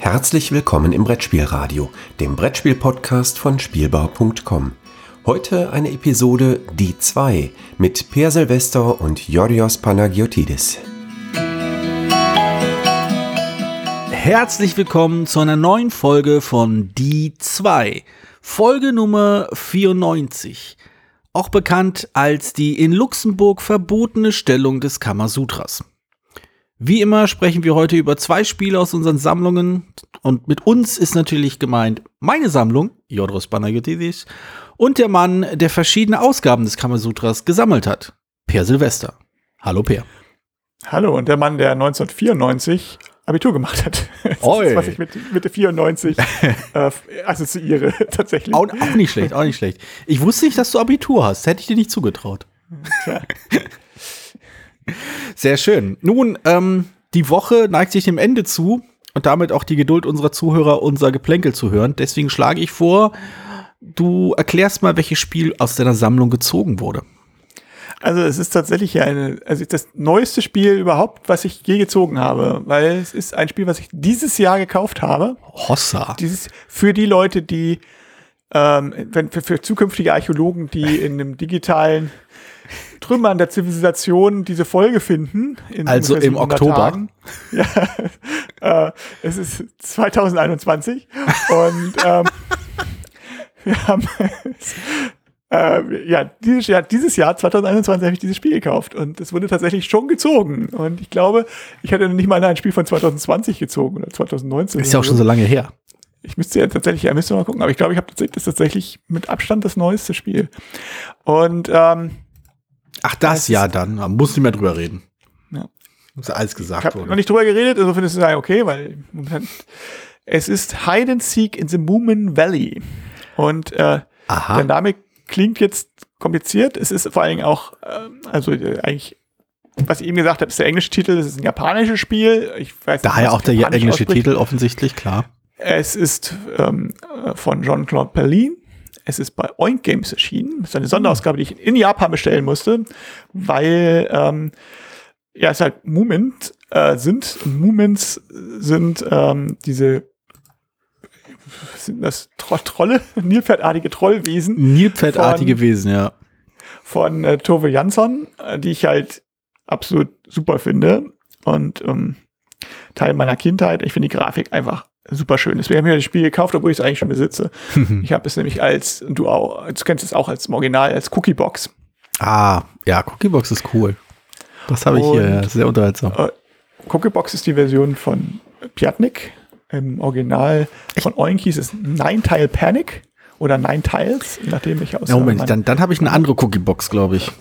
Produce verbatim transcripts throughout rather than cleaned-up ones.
Herzlich willkommen im Brettspielradio, dem Brettspiel-Podcast von Spielbau punkt com. Heute eine Episode Die zwei mit Per Silvester und Yorios Panagiotidis. Herzlich willkommen zu einer neuen Folge von Die zwei, Folge Nummer vierundneunzig, auch bekannt als die in Luxemburg verbotene Stellung des Kamasutras. Wie immer sprechen wir heute über zwei Spiele aus unseren Sammlungen und mit uns ist natürlich gemeint meine Sammlung, Yorios Panagiotidis, und der Mann, der verschiedene Ausgaben des Kamasutras gesammelt hat, Per Silvester. Hallo Per. Hallo, und der Mann, der neunzehnhundertvierundneunzig Abitur gemacht hat. Das Oi. ist, was ich mit Mitte vierundneunzig äh, assoziiere, tatsächlich. Auch, auch nicht schlecht, auch nicht schlecht. Ich wusste nicht, dass du Abitur hast. Hätte ich dir nicht zugetraut. Tja. Sehr schön. Nun, ähm, die Woche neigt sich dem Ende zu und damit auch die Geduld unserer Zuhörer, unser Geplänkel zu hören. Deswegen schlage ich vor, du erklärst mal, welches Spiel aus deiner Sammlung gezogen wurde. Also es ist tatsächlich eine, also das neueste Spiel überhaupt, was ich je gezogen habe, weil es ist ein Spiel, was ich dieses Jahr gekauft habe. Hossa. Dieses für die Leute, die ähm, wenn, für, für zukünftige Archäologen, die in einem digitalen Trümmern der Zivilisation diese Folge finden. In Also im Oktober. Tagen. Ja, äh, es ist zweitausendeinundzwanzig und ähm, wir haben äh, ja, dieses Jahr, dieses Jahr zweitausendeinundzwanzig habe ich dieses Spiel gekauft und es wurde tatsächlich schon gezogen und ich glaube, ich hätte nicht mal ein Spiel von zweitausendzwanzig gezogen oder zweitausendneunzehn. Ist ja auch schon so lange her. Ich müsste ja tatsächlich, ja, müsste mal gucken, aber ich glaube, ich habe tatsächlich, das ist tatsächlich mit Abstand das neueste Spiel. Und ähm, Ach, das ja dann. Man muss nicht mehr drüber reden. Ja. Muss ja alles ich gesagt habe worden. noch nicht drüber geredet, insofern ist es ja okay, weil es ist Hide and Seek in the Moomin Valley. Und äh, Aha. der Name klingt jetzt kompliziert. Es ist vor allen Dingen auch, äh, also äh, eigentlich, was ich eben gesagt habe, ist der englische Titel. Es ist ein japanisches Spiel. Ich weiß nicht, Daher was auch der Japanisch englische ausspricht. Titel offensichtlich, klar. Es ist ähm, von Jean-Claude Perlin. Es ist bei Oink Games erschienen. Das ist eine Sonderausgabe, die ich in Japan bestellen musste, weil ähm, ja, es halt Moomins äh, sind. Moomins sind ähm, diese sind das Tro- Trolle, Nilpferdartige Trollwesen. Nilpferdartige Wesen, ja. Von äh, Tove Jansson, äh, die ich halt absolut super finde und ähm, Teil meiner Kindheit. Ich finde die Grafik einfach super schön. Deswegen habe ich mir das Spiel gekauft, obwohl ich es eigentlich schon besitze. Ich habe es nämlich als, du auch, du kennst es auch als im Original, als Cookiebox. Ah, ja, Cookiebox ist cool. Das habe ich hier, ja, sehr unterhaltsam. Äh, Cookiebox ist die Version von Piatnik. Im Original von Oink hieß es Nine-Tile Panic oder Nine Tiles, je nachdem, welche Aussage Ja, Moment, man- dann, dann habe ich eine andere Cookiebox, glaube ich.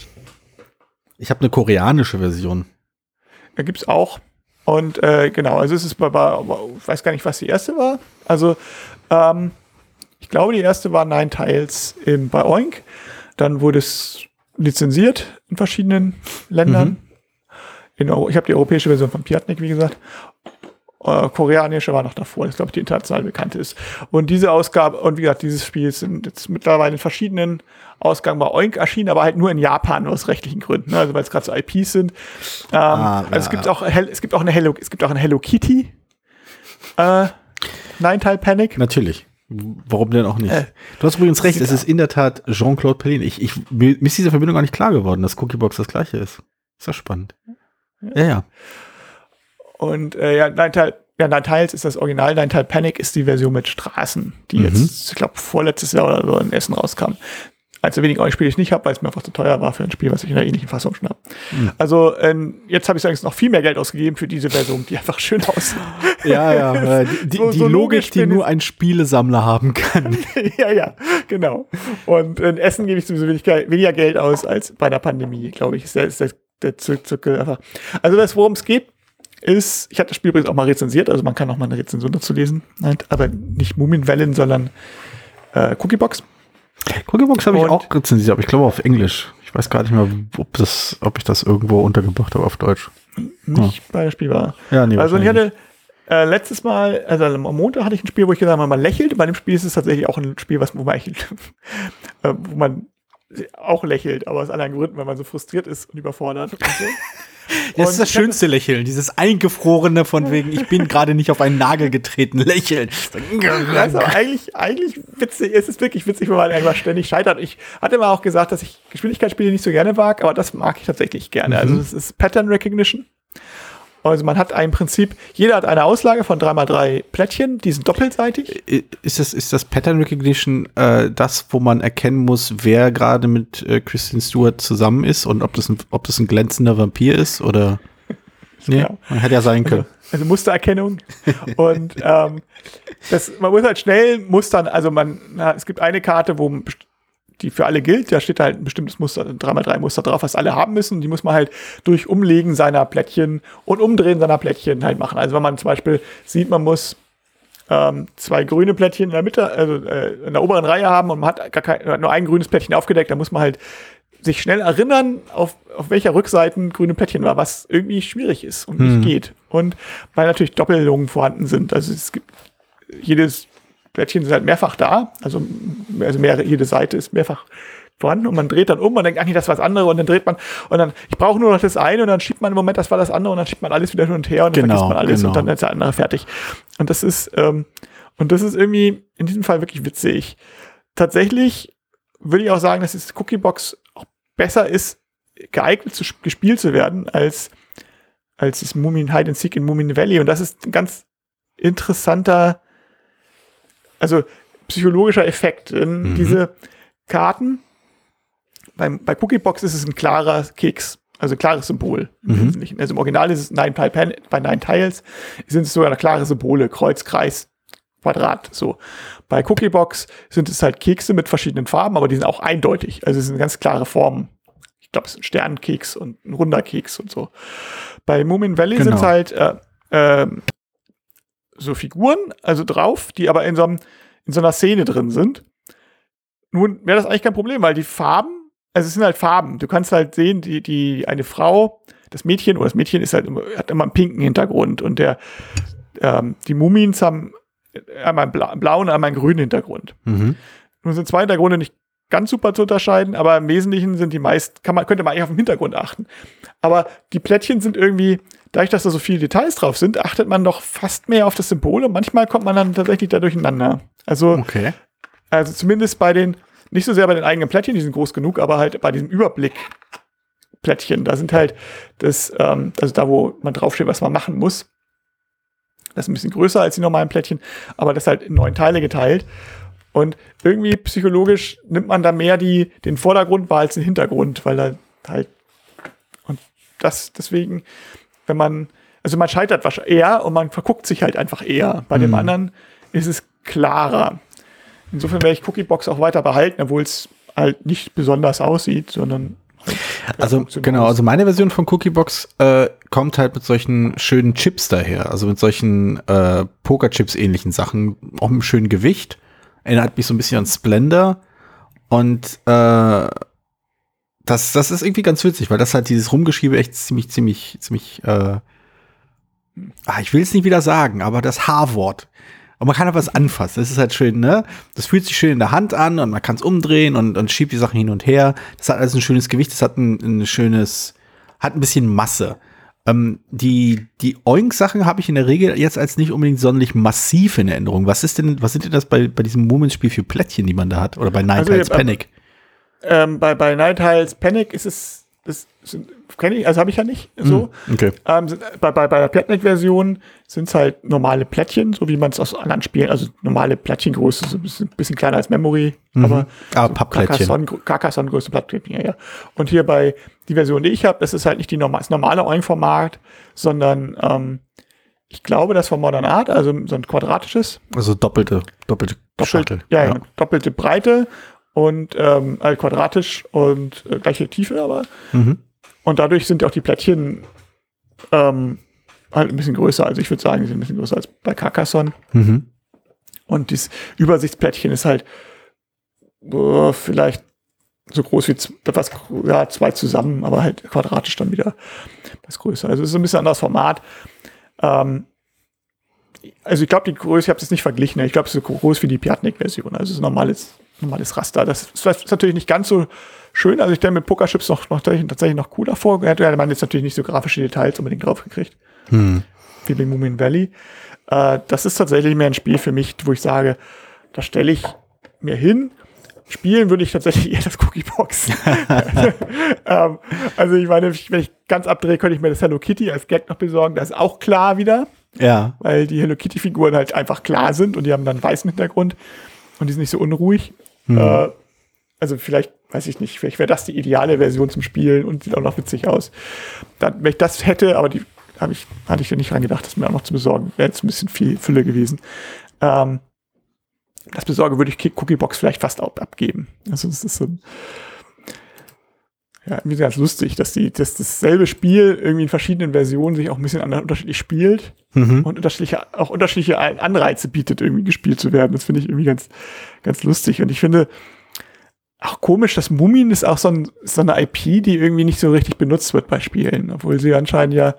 Ich habe eine koreanische Version. Da gibt's auch. Und äh, genau, also es ist bei, bei, ich weiß gar nicht, was die erste war. Also ähm, ich glaube, die erste war Nine Tiles im, bei Oink. Dann wurde es lizenziert in verschiedenen Ländern. Mhm. In, Euro- ich habe die europäische Version von Piatnik, wie gesagt. Äh, koreanische war noch davor, das glaube ich die international bekannte ist. Und diese Ausgabe, und wie gesagt, dieses Spiel sind jetzt mittlerweile in verschiedenen Ausgaben bei Oink erschienen, aber halt nur in Japan aus rechtlichen Gründen, ne? Also weil es gerade so I Ps sind. Ähm, Ah, also ja, es gibt ja. auch Hel- es gibt auch eine Hello, es gibt auch eine Hello Kitty äh, Nine-Tile Panic. Natürlich. Warum denn auch nicht? Äh, du hast übrigens recht, sieht es ist in der Tat Jean-Claude Perlin. Ich, ich, mir ist diese Verbindung gar nicht klar geworden, dass Cookiebox das gleiche ist. Ist ja spannend. Ja, ja. Und äh, ja, Nine-Tile ja, Nine Tiles ist das Original, Nine-Tile Panic ist die Version mit Straßen, die Mhm. jetzt, ich glaube, vorletztes Jahr oder so in Essen rauskam. Eins der wenigen Oink-Spiele, die ich nicht habe, weil es mir einfach zu teuer war für ein Spiel, was ich in einer ähnlichen Fassung schon habe. Mhm. Also ähm, jetzt habe ich eigentlich noch viel mehr Geld ausgegeben für diese Version, die einfach schön aussieht. Ja, ja. Die, die, So- die so Logik, logisch die bin nur ich- ein Spielesammler haben kann. Ja, ja, genau. Und in Essen gebe ich sowieso weniger, weniger Geld aus als bei der Pandemie, glaube ich. Ist der, ist der, der Zirkel einfach. Also das, worum es geht, ist, ich habe das Spiel übrigens auch mal rezensiert, also man kann auch mal eine Rezension dazu lesen, halt, aber nicht Moomin-Wellen, sondern äh, Cookiebox. Cookiebox habe ich Und- auch rezensiert, aber ich glaube auf Englisch. Ich weiß gar nicht mehr, ob, das, ob ich das irgendwo untergebracht habe auf Deutsch. Nicht bei der Spiel war. Ja, nee, Also ich wahrscheinlich hatte äh, letztes Mal, also am Montag hatte ich ein Spiel, wo ich gesagt habe, man lächelt. Bei dem Spiel ist es tatsächlich auch ein Spiel, was, wo man, eigentlich, äh, wo man auch lächelt, aber aus anderen Gründen, weil man so frustriert ist und überfordert. Und so. Das ist das schönste Lächeln, dieses eingefrorene von wegen, ich bin gerade nicht auf einen Nagel getreten Lächeln. Das ist aber eigentlich, eigentlich witzig, es ist wirklich witzig, wenn man einfach ständig scheitert. Ich hatte mal auch gesagt, dass ich Geschwindigkeitsspiele nicht so gerne mag, aber das mag ich tatsächlich gerne. Mhm. Also es ist Pattern Recognition. Also man hat ein Prinzip, jeder hat eine Auslage von drei mal drei Plättchen, die sind doppelseitig. Ist das, ist das Pattern Recognition äh, das, wo man erkennen muss, wer gerade mit äh, Kristen Stewart zusammen ist und ob das ein, ob das ein glänzender Vampir ist oder nee, ja. Man hätte ja sein können. Also, also Mustererkennung. Und ähm, das, man muss halt schnell mustern, also man, na, es gibt eine Karte, wo die für alle gilt, da steht halt ein bestimmtes Muster, ein drei mal drei Muster drauf, was alle haben müssen. Die muss man halt durch Umlegen seiner Plättchen und Umdrehen seiner Plättchen halt machen. Also wenn man zum Beispiel sieht, man muss ähm, zwei grüne Plättchen in der Mitte, also äh, in der oberen Reihe haben und man hat gar kein, nur ein grünes Plättchen aufgedeckt, dann muss man halt sich schnell erinnern, auf, auf welcher Rückseite ein grüne Plättchen war, was irgendwie schwierig ist und hm. nicht geht. Und weil natürlich Doppelungen vorhanden sind. Also es gibt jedes Plättchen sind halt mehrfach da, also, also mehrere, jede Seite ist mehrfach vorhanden und man dreht dann um und denkt, ach nee, das war das andere und dann dreht man und dann, ich brauche nur noch das eine und dann schiebt man im Moment, das war das andere und dann schiebt man alles wieder hin und her und dann genau, vergisst man alles genau. und dann ist der andere fertig. Und das ist, ähm, und das ist irgendwie in diesem Fall wirklich witzig. Tatsächlich würde ich auch sagen, dass das Cookiebox auch besser ist, geeignet zu gespielt zu werden, als, als das Moomin Hide and Seek in Moomin Valley. Und das ist ein ganz interessanter, also psychologischer Effekt. Denn mhm. diese Karten, beim, bei Cookiebox ist es ein klarer Keks, also ein klares Symbol. Mhm. Also im Original ist es Nine Tile Pen, bei Nine Tiles sind es sogar klare Symbole, Kreuz, Kreis, Quadrat, so. Bei Cookiebox sind es halt Kekse mit verschiedenen Farben, aber die sind auch eindeutig. Also es sind ganz klare Formen. Ich glaube, es ist ein Sternenkeks und ein runder Keks und so. Bei Moomin Valley genau. sind es halt äh, äh, so Figuren, also drauf, die aber in so, einem, in so einer Szene drin sind. Nun wäre das eigentlich kein Problem, weil die Farben, also es sind halt Farben. Du kannst halt sehen, die, die eine Frau, das Mädchen, oder das Mädchen ist halt immer, hat immer einen pinken Hintergrund und der, ähm, die Mumins haben einmal einen bla- blauen, einmal einen grünen Hintergrund. Mhm. Nun sind zwei Hintergründe nicht ganz super zu unterscheiden, aber im Wesentlichen sind die meist, kann man, könnte man eigentlich auf den Hintergrund achten. Aber die Plättchen sind irgendwie, dadurch, dass da so viele Details drauf sind, achtet man doch fast mehr auf das Symbol und manchmal kommt man dann tatsächlich da durcheinander. Also, okay. also zumindest bei den, nicht so sehr bei den eigenen Plättchen, die sind groß genug, aber halt bei diesem Überblick-Plättchen, da sind halt das, ähm, also da, wo man draufsteht, was man machen muss. Das ist ein bisschen größer als die normalen Plättchen, aber das ist halt in neun Teile geteilt. Und irgendwie psychologisch nimmt man da mehr die, den Vordergrund wahr als den Hintergrund, weil da halt, und das deswegen, wenn man, also man scheitert wahrscheinlich eher und man verguckt sich halt einfach eher. Bei mhm. dem anderen ist es klarer. Insofern werde ich Cookiebox auch weiter behalten, obwohl es halt nicht besonders aussieht, sondern also genau, also meine Version von Cookiebox äh, kommt halt mit solchen schönen Chips daher, also mit solchen äh, Pokerchips ähnlichen Sachen, auch mit einem schönen Gewicht. Erinnert mich so ein bisschen an Splendor und äh, das, das ist irgendwie ganz witzig, weil das halt dieses Rumgeschiebe echt ziemlich, ziemlich, ziemlich äh, ah, ich will es nicht wieder sagen, aber das H-Wort. Und man kann halt was anfassen. Das ist halt schön, ne? Das fühlt sich schön in der Hand an und man kann es umdrehen und, und schiebt die Sachen hin und her. Das hat alles ein schönes Gewicht, das hat ein, ein schönes, hat ein bisschen Masse. Ähm, die die Oink-Sachen habe ich in der Regel jetzt als nicht unbedingt sonderlich massiv in Erinnerung. Was ist denn, was sind denn das bei, bei diesem Moment-Spiel für Plättchen, die man da hat? Oder bei Nine also, Tiles ähm, Panic? Ähm, bei, bei Nine Tiles Panic ist es, das kenne ich, also habe ich ja nicht so. Mm, okay. Ähm, sind, bei, bei, bei der Plättnik-Version sind es halt normale Plättchen, so wie man es aus anderen Spielen, also normale Plättchengröße, so ein bisschen, bisschen kleiner als Memory, mhm. aber ah, so Pappplättchen. Carcassonne-Größe Plättchen, ja, ja. Und hier bei die Version, die ich habe, das ist halt nicht die normal, das normale Oink-Format, sondern ähm, ich glaube, das von Modern Art, also so ein quadratisches. Also doppelte, doppelte Doppelt, Schachtel. Ja, ja, doppelte Breite und ähm, halt quadratisch und äh, gleiche Tiefe, aber Mhm. und dadurch sind auch die Plättchen ähm, halt ein bisschen größer. Also ich würde sagen, die sind ein bisschen größer als bei Carcassonne. Mhm. Und dieses Übersichtsplättchen ist halt äh, vielleicht so groß wie z- etwas, ja, zwei zusammen, aber halt quadratisch dann wieder was größer. Also es ist ein bisschen anderes Format. Ähm, also ich glaube, die Größe, ich habe es jetzt nicht verglichen, ich glaube, es ist so groß wie die Piatnik-Version. Also es ist ein normales normales Raster. Das ist, das ist natürlich nicht ganz so schön. Also ich stelle mir Pokerchips noch, noch tatsächlich noch cooler vor. Hätte ja, man jetzt natürlich nicht so grafische Details unbedingt draufgekriegt. Hm. Wie bei Moomin Valley. Äh, das ist tatsächlich mehr ein Spiel für mich, wo ich sage, da stelle ich mir hin. Spielen würde ich tatsächlich eher das Cookie Box. ähm, also ich meine, wenn ich ganz abdrehe, könnte ich mir das Hello Kitty als Gag noch besorgen. Das ist auch klar wieder. Ja. Weil die Hello Kitty Figuren halt einfach klar sind und die haben dann einen weißen Hintergrund und die sind nicht so unruhig. Mhm. Äh, also vielleicht, weiß ich nicht, vielleicht wäre das die ideale Version zum Spielen und sieht auch noch witzig aus. Dann, wenn ich das hätte, aber die habe ich, hatte ich ja nicht dran gedacht, das mir auch noch zu besorgen. Wäre jetzt ein bisschen viel Fülle gewesen. Ähm, Das besorge, würde ich Cookie Box vielleicht fast auch abgeben. Also das ist so ein, ja, irgendwie ganz lustig, dass die, dass dasselbe Spiel irgendwie in verschiedenen Versionen sich auch ein bisschen anders, unterschiedlich spielt mhm. und unterschiedliche, auch unterschiedliche Anreize bietet, irgendwie gespielt zu werden. Das finde ich irgendwie ganz, ganz lustig. Und ich finde auch komisch, dass Moomin ist auch so, ein, so eine I P, die irgendwie nicht so richtig benutzt wird bei Spielen, obwohl sie anscheinend ja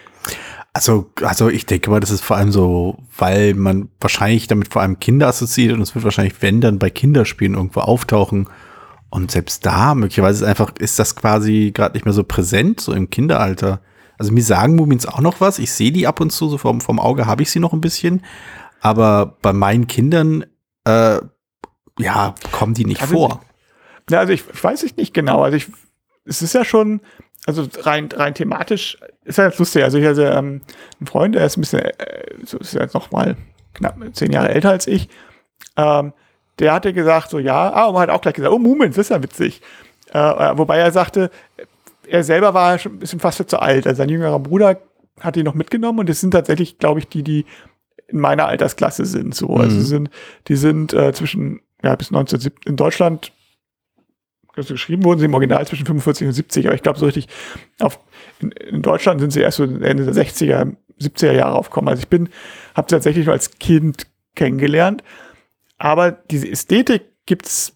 Also, also ich denke mal, das ist vor allem so, weil man wahrscheinlich damit vor allem Kinder assoziiert und es wird wahrscheinlich, wenn dann bei Kinderspielen irgendwo auftauchen. Und selbst da, möglicherweise ist einfach, ist das quasi gerade nicht mehr so präsent, so im Kinderalter. Also mir sagen Moomins auch noch was. Ich sehe die ab und zu, so vom, vom Auge habe ich sie noch ein bisschen. Aber bei meinen Kindern, äh, ja, kommen die nicht also, vor. Ja, also ich, ich weiß nicht genau. Also ich, es ist ja schon, also rein, rein thematisch ist ja jetzt lustig. Also ich hatte ähm, einen Freund, der ist ein bisschen, äh, so ist jetzt noch mal knapp zehn Jahre älter als ich. Ähm, der hatte gesagt, so ja, ah, und man hat auch gleich gesagt, oh, Moomins, das ist ja witzig. Äh, wobei er sagte, er selber war schon ein bisschen fast zu alt. Also sein jüngerer Bruder hat ihn noch mitgenommen und das sind tatsächlich, glaube ich, die, die in meiner Altersklasse sind. So, also Mhm. sind, die sind äh, zwischen ja bis neunzehnhundertsiebzig in Deutschland. Also geschrieben wurden sie im Original zwischen fünfundvierzig und siebzig, aber ich glaube so richtig auf, in, in Deutschland sind sie erst so Ende der sechziger, siebziger Jahre aufgekommen. Also ich bin, habe sie tatsächlich nur als Kind kennengelernt, aber diese Ästhetik gibt's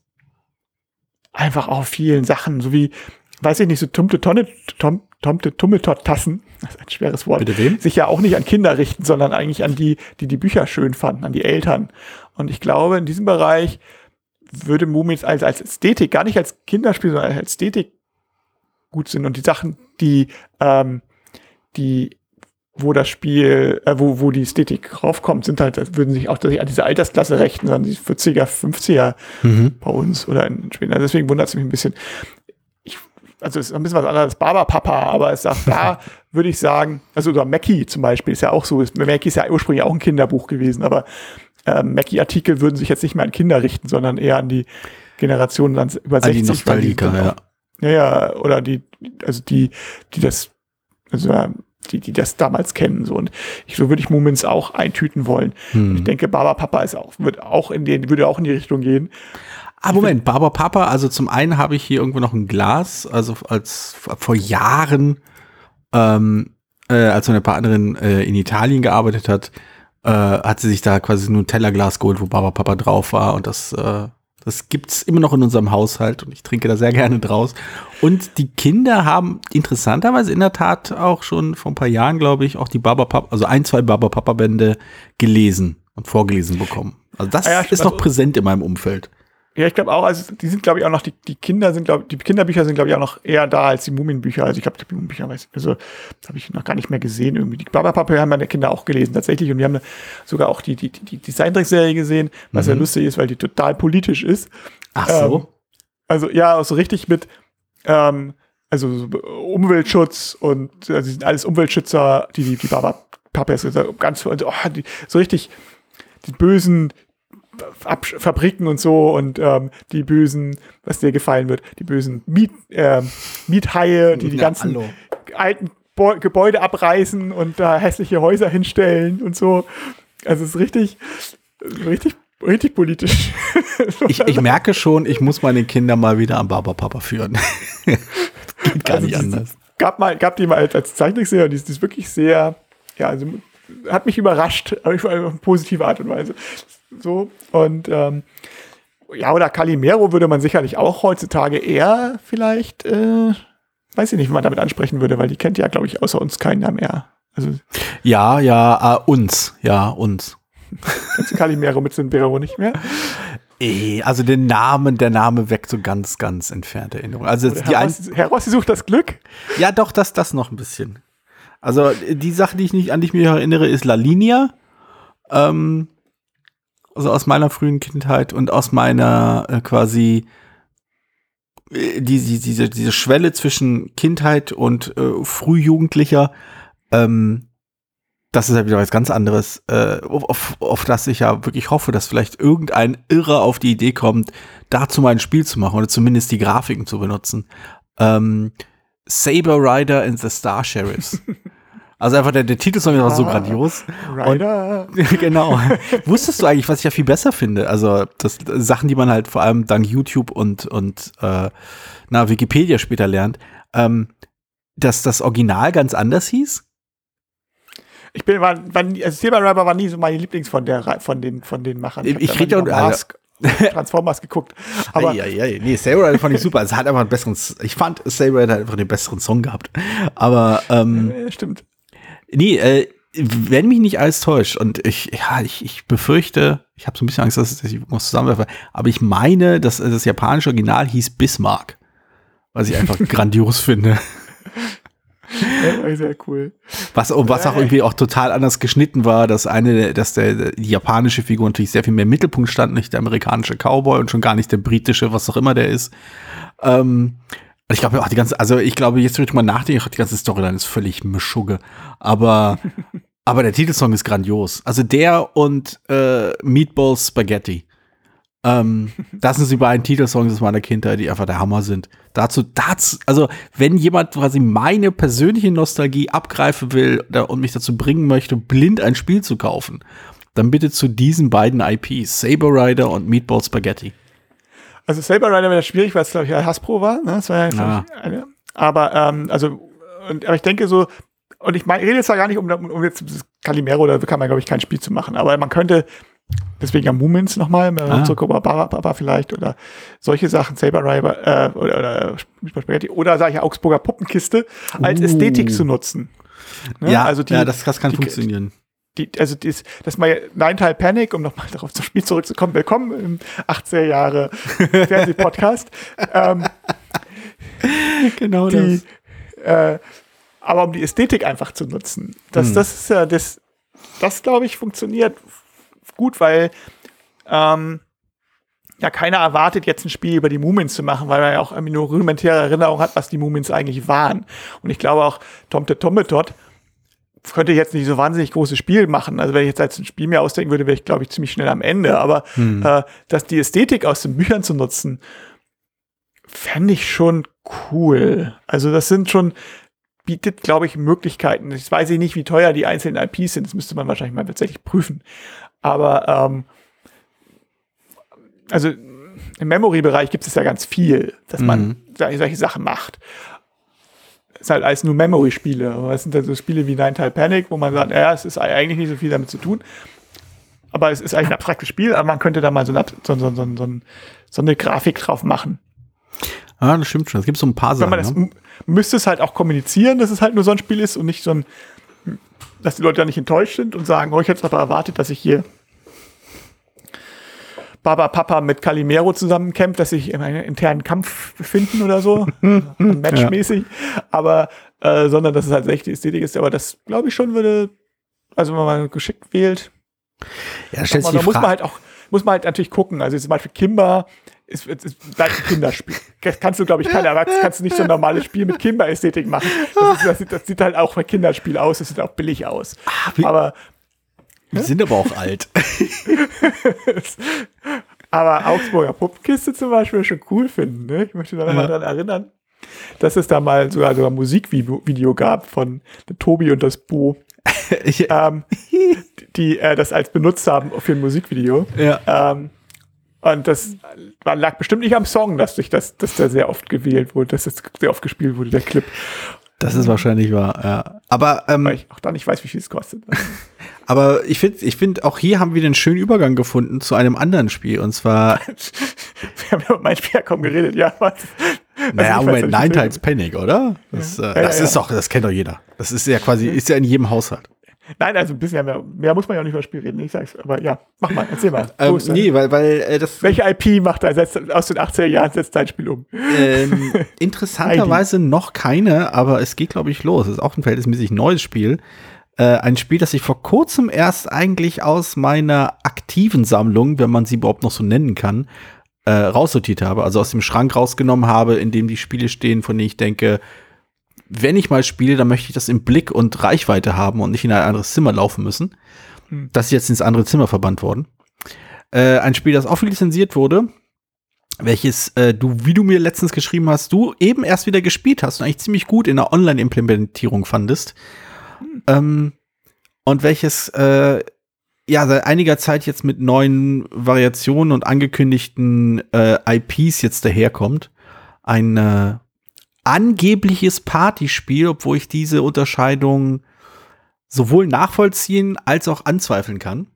einfach auch auf vielen Sachen, so wie, weiß ich nicht, so Tumte Tonne, Tom, Tomte Tummeltott-Tassen, das ist ein schweres Wort, Bitte wem? sich ja auch nicht an Kinder richten, sondern eigentlich an die, die die Bücher schön fanden, an die Eltern. Und ich glaube, in diesem Bereich würde Moomins als, als Ästhetik, gar nicht als Kinderspiel, sondern als Ästhetik gut sind. Und die Sachen, die, ähm, die, wo das Spiel, äh, wo, wo die Ästhetik raufkommt, sind halt, würden sich auch an diese Altersklasse richten, sondern die vierziger, fünfziger Mhm. bei uns oder in Spielen. Also deswegen wundert es mich ein bisschen. Ich, also es ist ein bisschen was anderes als Barberpapa, aber es sagt, da würde ich sagen, also oder Mackie zum Beispiel ist ja auch so, Mackie ist ja ursprünglich auch ein Kinderbuch gewesen, aber Ähm, Mackie-Artikel würden sich jetzt nicht mehr an Kinder richten, sondern eher an die Generationen dann über An die sechzig. Nostalgiker, ja. Ja, ja, oder die, also die, die das, also die, die das damals kennen, so. Und ich, so würde ich Moomins auch eintüten wollen. Hm. Und ich denke, Barberpapa ist auch, wird auch in den, würde auch in die Richtung gehen. Ah, Moment, Barberpapa, also zum einen habe ich hier irgendwo noch ein Glas, also als vor Jahren, ähm, äh, als meine Partnerin äh, in Italien gearbeitet hat, äh, hat sie sich da quasi nur ein Tellerglas geholt, wo Barberpapa drauf war und das, äh, das gibt's immer noch in unserem Haushalt und ich trinke da sehr gerne draus. Und die Kinder haben interessanterweise in der Tat auch schon vor ein paar Jahren, glaube ich, auch die Barberpapa, also ein, zwei Barberpapa-Bände gelesen und vorgelesen bekommen. Also das Ah ja, ist also, noch präsent in meinem Umfeld. Ja, ich glaube auch, also die sind, glaube ich, auch noch, die, die Kinder sind, glaube die Kinderbücher sind, glaube ich, auch noch eher da als die Mumienbücher. Also ich glaube, die Mumienbücher, weiß also habe ich noch gar nicht mehr gesehen irgendwie. Die Barberpapa haben meine Kinder auch gelesen, tatsächlich. Und wir haben sogar auch die, die, die, die Zeichentrickserie gesehen, was mhm. ja lustig ist, weil die total politisch ist. Ach so. Ähm, also ja, so richtig mit ähm, also so Umweltschutz und also die sind alles Umweltschützer, die, die, die Barberpapa ganz also, oh, die, so richtig die bösen Ab- Fabriken und so und ähm, die bösen, was dir gefallen wird, die bösen Miet, äh, Miethaie, die die ja, ganzen hallo. alten Bo- Gebäude abreißen und da hässliche Häuser hinstellen und so. Also es ist richtig, richtig, richtig politisch. Ich, ich merke schon, ich muss meine Kinder mal wieder am Barberpapa führen. Geht gar also nicht die, anders. Gab, mal, gab die mal als, als Zeichentrickserie und die ist, die ist wirklich sehr, ja, also hat mich überrascht, aber auf eine positive Art und Weise. So, und ähm, ja, oder Calimero würde man sicherlich auch heutzutage eher vielleicht, äh, weiß ich nicht, wie man damit ansprechen würde, weil die kennt ja, glaube ich, außer uns keiner mehr. Also Ja, ja, äh, uns, ja, uns. kennst du Calimero mit Sinbero nicht mehr? Eh, also den Namen, der Name weckt so ganz, ganz entfernte Erinnerungen. Also die Herr, Rossi, Herr Rossi sucht das Glück? Ja, doch, das, das noch ein bisschen. Also die Sache, die ich nicht, an die ich mich erinnere, ist La Linea. Ähm, also aus meiner frühen Kindheit und aus meiner äh, quasi äh, die, die, diese, diese Schwelle zwischen Kindheit und äh, Frühjugendlicher. Ähm, das ist ja wieder was ganz anderes, äh, auf, auf das ich ja wirklich hoffe, dass vielleicht irgendein Irrer auf die Idee kommt, dazu mal ein Spiel zu machen oder zumindest die Grafiken zu benutzen. Ähm, Saber Rider and the Star Sheriffs. Also einfach der, der Titelsong war so ah, grandios. Rider. Und, genau. Wusstest du eigentlich, was ich ja viel besser finde? Also das Sachen, die man halt vor allem dank YouTube und, und äh, na, Wikipedia später lernt, ähm, dass das Original ganz anders hieß? Ich bin, war, war, also Saber Rider war nie so meine Lieblings von der, von den, von den Machern. Ich, ich rede ja Mask, Transformers geguckt. Aber ei, ei, ei. Nee, Saber Rider fand ich super. Es hat einfach einen besseren, ich fand Saber Rider hat einfach den besseren Song gehabt. Aber, ähm, ja, stimmt. Nee, äh, wenn mich nicht alles täuscht und ich, ja, ich, ich befürchte, ich habe so ein bisschen Angst, dass ich was zusammenwerfe, aber ich meine, dass das japanische Original hieß Bismarck, was ich einfach grandios finde. Ja, sehr cool. Was, was auch irgendwie auch total anders geschnitten war, dass eine, dass der, die japanische Figur natürlich sehr viel mehr im Mittelpunkt stand, nicht der amerikanische Cowboy und schon gar nicht der britische, was auch immer der ist. Ähm, ich glaube auch die ganze, also ich glaube, jetzt würde ich mal nachdenken, die ganze Storyline ist völlig Mischugge. Aber, aber der Titelsong ist grandios. Also der und äh, Meatball Spaghetti. Ähm, das sind die beiden Titelsongs aus meiner Kindheit, die einfach der Hammer sind. Dazu, dazu, also wenn jemand quasi meine persönliche Nostalgie abgreifen will und mich dazu bringen möchte, blind ein Spiel zu kaufen, dann bitte zu diesen beiden I Ps, Saber Rider und Meatball Spaghetti. Also Saber Rider wäre schwierig, weil es, glaube ich, Hasbro war. Ne? Das war ja, ja. Ich, eine. Aber, ähm, also, und, aber ich denke so, und ich meine, ich rede jetzt da gar nicht um, um jetzt Calimero, da kann man, glaube ich, kein Spiel zu machen. Aber man könnte, deswegen ja Moomins nochmal, ah. Barbara vielleicht oder solche Sachen, Saber Rider äh, oder, oder Spaghetti oder sage ich Augsburger Puppenkiste als uh. Ästhetik zu nutzen. Ne? Ja, also die, ja, das, das kann die, funktionieren. Die, also das, das mal Nine-Teil Panic, um nochmal darauf zum Spiel zurückzukommen. Willkommen im achtziger Jahre Fernsehpodcast. ähm, genau die, das. Äh, aber um die Ästhetik einfach zu nutzen. Das, hm. das ist ja das, das glaube ich, funktioniert gut, weil ähm, ja keiner erwartet, jetzt ein Spiel über die Moomins zu machen, weil man ja auch irgendwie nur rudimentäre Erinnerung hat, was die Moomins eigentlich waren. Und ich glaube auch, Tomte Tommetot könnte jetzt nicht so wahnsinnig großes Spiel machen. Also wenn ich jetzt als ein Spiel mir ausdenken würde, wäre ich, glaube ich, ziemlich schnell am Ende. Aber hm. äh, dass die Ästhetik aus den Büchern zu nutzen, fände ich schon cool. Also das sind schon, bietet, glaube ich, Möglichkeiten. Ich weiß nicht, wie teuer die einzelnen I Ps sind. Das müsste man wahrscheinlich mal tatsächlich prüfen. Aber ähm, also im Memory-Bereich gibt es ja ganz viel, dass man mhm. solche Sachen macht. Ist halt alles nur Memory-Spiele. Aber es sind dann so Spiele wie Nine-Teil Panic, wo man sagt, ja, es ist eigentlich nicht so viel damit zu tun. Aber es ist eigentlich ein abstraktes Spiel, aber man könnte da mal so eine, so, so, so, so, so eine Grafik drauf machen. Ja, das stimmt schon. Es gibt so ein paar Sachen. Man das, ne? müsste es halt auch kommunizieren, dass es halt nur so ein Spiel ist und nicht so ein, dass die Leute da nicht enttäuscht sind und sagen, oh, ich hätte aber erwartet, dass ich hier Baba Papa mit Calimero zusammenkämpft, dass sich in einem internen Kampf befinden oder so, matchmäßig, ja. aber äh, sondern dass es halt echt die Ästhetik ist, aber das glaube ich schon würde, also wenn man mal geschickt wählt, ja, stellt man, da muss man halt auch, muss man halt natürlich gucken, also zum Beispiel Kimber ist, ist, ist ein Kinderspiel, das kannst du glaube ich, keine Erwachsene, kannst du nicht so ein normales Spiel mit Kimber-Ästhetik machen, das, ist, das, sieht, das sieht halt auch ein Kinderspiel aus, das sieht auch billig aus, ah, wie, aber wir sind aber auch alt. Aber Augsburger Puppenkiste zum Beispiel schon cool finden. Ne? Ich möchte da ja. mal dran erinnern, dass es da mal sogar, sogar ein Musikvideo gab von Tobi und das Bo, ähm, die äh, das als benutzt haben für ein Musikvideo. Ja. Ähm, und das war, lag bestimmt nicht am Song, dass, ich das, dass der sehr oft gewählt wurde, dass das sehr oft gespielt wurde, der Clip. Das ist wahrscheinlich wahr, ja. Aber ähm, weil ich auch da nicht weiß, wie viel es kostet. Aber ich finde, ich finde, auch hier haben wir einen schönen Übergang gefunden zu einem anderen Spiel. Und zwar. Wir haben ja über mein Spiel kaum geredet, ja. Was, naja, Moment, Nine-Teils Panic, oder? Das, ja. äh, das ja, ist ja. doch, das kennt doch jeder. Das ist ja quasi, ist ja in jedem Haushalt. Nein, also ein bisschen mehr, mehr muss man ja auch nicht über das Spiel reden, ich sag's. Aber ja, mach mal, erzähl mal. Ähm, nee, weil, weil äh, das. Welche I P macht er setzt, aus den achtziger Jahren setzt dein Spiel um? Ähm, interessanterweise noch keine, aber es geht, glaube ich, los. Es ist auch ein verhältnismäßig neues Spiel. Äh, ein Spiel, das ich vor kurzem erst eigentlich aus meiner aktiven Sammlung, wenn man sie überhaupt noch so nennen kann, äh, raussortiert habe. Also aus dem Schrank rausgenommen habe, in dem die Spiele stehen, von denen ich denke, wenn ich mal spiele, dann möchte ich das im Blick und Reichweite haben und nicht in ein anderes Zimmer laufen müssen. Hm. Das ist jetzt ins andere Zimmer verbannt worden. Äh, ein Spiel, das offen lizenziert wurde, welches äh, du, wie du mir letztens geschrieben hast, du eben erst wieder gespielt hast und eigentlich ziemlich gut in der Online-Implementierung fandest. Hm. Ähm, und welches äh, ja seit einiger Zeit jetzt mit neuen Variationen und angekündigten äh, I Ps jetzt daherkommt. Ein äh, angebliches Partyspiel, obwohl ich diese Unterscheidung sowohl nachvollziehen als auch anzweifeln kann.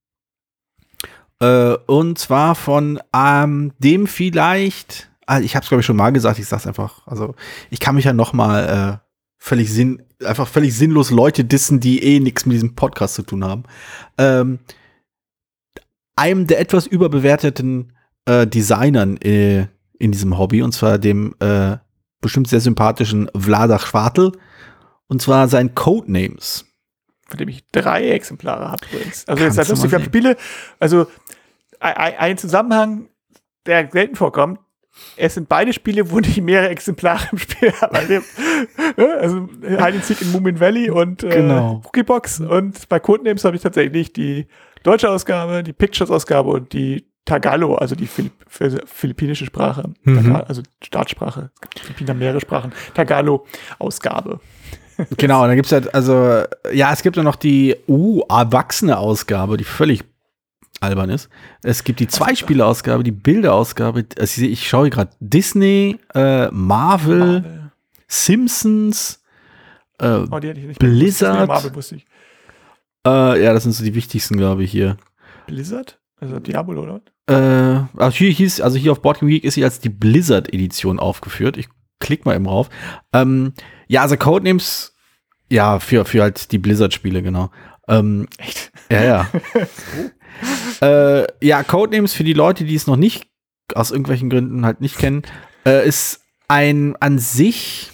Äh, und zwar von ähm, dem vielleicht, also ich habe es glaube ich schon mal gesagt, ich sag's einfach, also ich kann mich ja noch mal äh, völlig sinn, einfach völlig sinnlos Leute dissen, die eh nichts mit diesem Podcast zu tun haben. Ähm, einem der etwas überbewerteten äh, Designern äh, in diesem Hobby, und zwar dem äh, bestimmt sehr sympathischen Vlada Chvátil, und zwar sein Codenames. Von dem ich drei Exemplare habe übrigens. Also jetzt halt lustig, wir haben Spiele, also ein, ein Zusammenhang, der selten vorkommt. Es sind beide Spiele, wo ich mehrere Exemplare im Spiel habe. Also Hide and Seek in Moomin Valley und äh, genau. Cookiebox. Und bei Codenames habe ich tatsächlich die deutsche Ausgabe, die Pictures-Ausgabe und die Tagalog, also die Philipp, philippinische Sprache, mhm. Tagal, also Staatssprache. Es gibt die Philippinen mehrere Sprachen. Tagalog-Ausgabe. Genau, und dann gibt's halt, also, ja, es gibt ja noch die uh, erwachsene Ausgabe, die völlig albern ist. Es gibt die Zwei-Spieler-Ausgabe, die Bilder-Ausgabe. Also ich schaue gerade Disney, äh, Marvel, Marvel, Simpsons, äh, oh, die hätte ich nicht Blizzard. Marvel wusste ich. Äh, ja, das sind so die wichtigsten, glaube ich, hier. Blizzard? Also Diablo, oder? Äh, also hier hieß, also hier auf Board Game Geek ist sie als die Blizzard-Edition aufgeführt. Ich klick mal eben drauf. Ähm, ja, also Codenames, ja, für, für halt die Blizzard-Spiele, genau. Ähm, Echt? Ja, ja. äh, ja, Codenames für die Leute, die es noch nicht, aus irgendwelchen Gründen halt nicht kennen, äh, ist ein an sich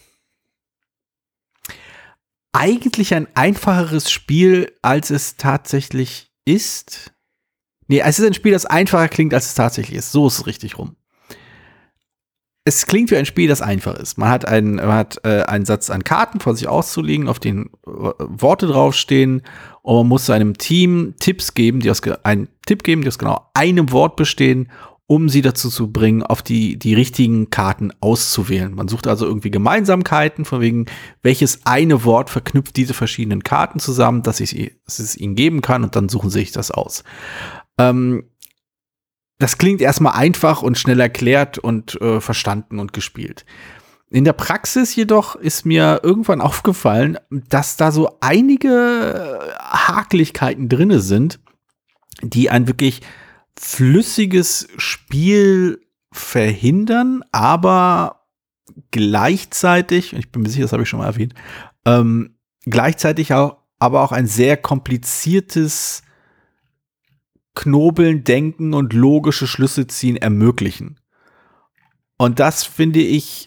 eigentlich ein einfacheres Spiel, als es tatsächlich ist. Nee, es ist ein Spiel, das einfacher klingt, als es tatsächlich ist. So ist es richtig rum. Es klingt wie ein Spiel, das einfach ist. Man hat einen, man hat äh, einen Satz an Karten vor sich auszulegen, auf denen äh, Worte draufstehen, und man muss seinem Team Tipps geben, die aus einen Tipp geben, die aus genau einem Wort bestehen, um sie dazu zu bringen, auf die die richtigen Karten auszuwählen. Man sucht also irgendwie Gemeinsamkeiten, von wegen welches eine Wort verknüpft diese verschiedenen Karten zusammen, dass, ich, dass es ihnen geben kann, und dann suchen sie sich das aus. Ähm, Das klingt erstmal einfach und schnell erklärt und äh, verstanden und gespielt. In der Praxis jedoch ist mir irgendwann aufgefallen, dass da so einige Hakeligkeiten drinne sind, die ein wirklich flüssiges Spiel verhindern, aber gleichzeitig, ich bin mir sicher, das habe ich schon mal erwähnt, ähm, gleichzeitig auch, aber auch ein sehr kompliziertes Knobeln, Denken und logische Schlüsse ziehen ermöglichen. Und das finde ich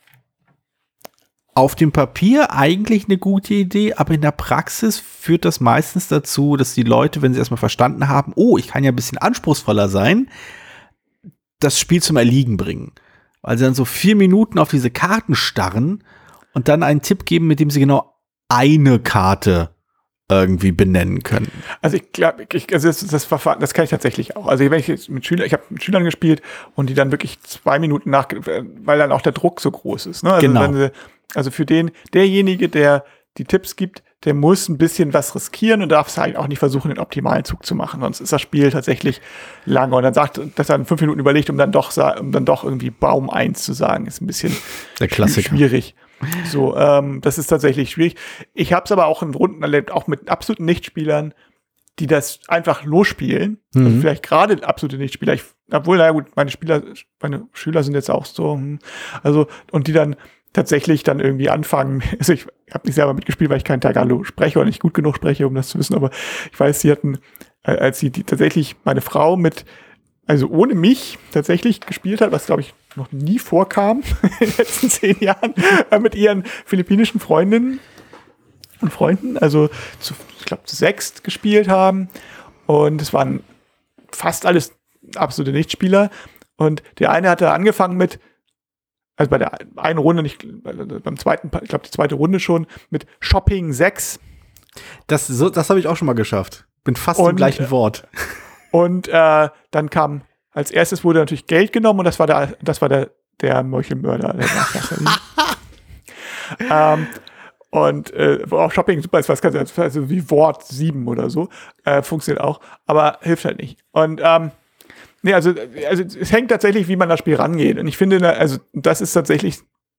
auf dem Papier eigentlich eine gute Idee, aber in der Praxis führt das meistens dazu, dass die Leute, wenn sie erstmal verstanden haben, oh, ich kann ja ein bisschen anspruchsvoller sein, das Spiel zum Erliegen bringen. Weil sie dann so vier Minuten auf diese Karten starren und dann einen Tipp geben, mit dem sie genau eine Karte irgendwie benennen können. Also ich glaube, ich, also das, das Verfahren, das kann ich tatsächlich auch. Also wenn ich jetzt mit Schülern, ich habe mit Schülern gespielt und die dann wirklich zwei Minuten nach, weil dann auch der Druck so groß ist. Ne? Also genau. Wenn sie, also für den, derjenige, der die Tipps gibt, der muss ein bisschen was riskieren und darf es halt auch nicht versuchen, den optimalen Zug zu machen. Sonst ist das Spiel tatsächlich lange. Und dann sagt, dass er in fünf Minuten überlegt, um dann doch, um dann doch irgendwie Baum eins zu sagen, ist ein bisschen der Klassiker. Schwierig. So, ähm, das ist tatsächlich schwierig. Ich habe es aber auch in Runden erlebt, auch mit absoluten Nichtspielern, die das einfach losspielen. Mhm. Also vielleicht gerade absolute Nichtspieler. Ich, obwohl, naja gut, meine Spieler, meine Schüler sind jetzt auch so. Also, und die dann tatsächlich dann irgendwie anfangen, also ich habe nicht selber mitgespielt, weil ich kein Tagalog spreche oder nicht gut genug spreche, um das zu wissen, aber ich weiß, sie hatten, äh, als sie die, tatsächlich meine Frau mit, also ohne mich tatsächlich gespielt hat, was glaube ich noch nie vorkam in den letzten zehn Jahren, äh, mit ihren philippinischen Freundinnen und Freunden, also zu, ich glaube zu sechst gespielt haben und es waren fast alles absolute Nichtspieler und der eine hatte angefangen mit, also bei der einen Runde, nicht beim zweiten, ich glaube die zweite Runde schon, mit Shopping sechs. Das, so, das habe ich auch schon mal geschafft. Bin fast und, im gleichen Wort. Und äh, dann kam, als erstes wurde natürlich Geld genommen und das war der, das war der, der Meuchelmörder. Der ähm, und äh, auch Shopping super ist was ganz, also wie Wort sieben oder so, äh, funktioniert auch, aber hilft halt nicht. Und ähm, nee, also, also es hängt tatsächlich, wie man das Spiel rangeht. Und ich finde, also das ist tatsächlich,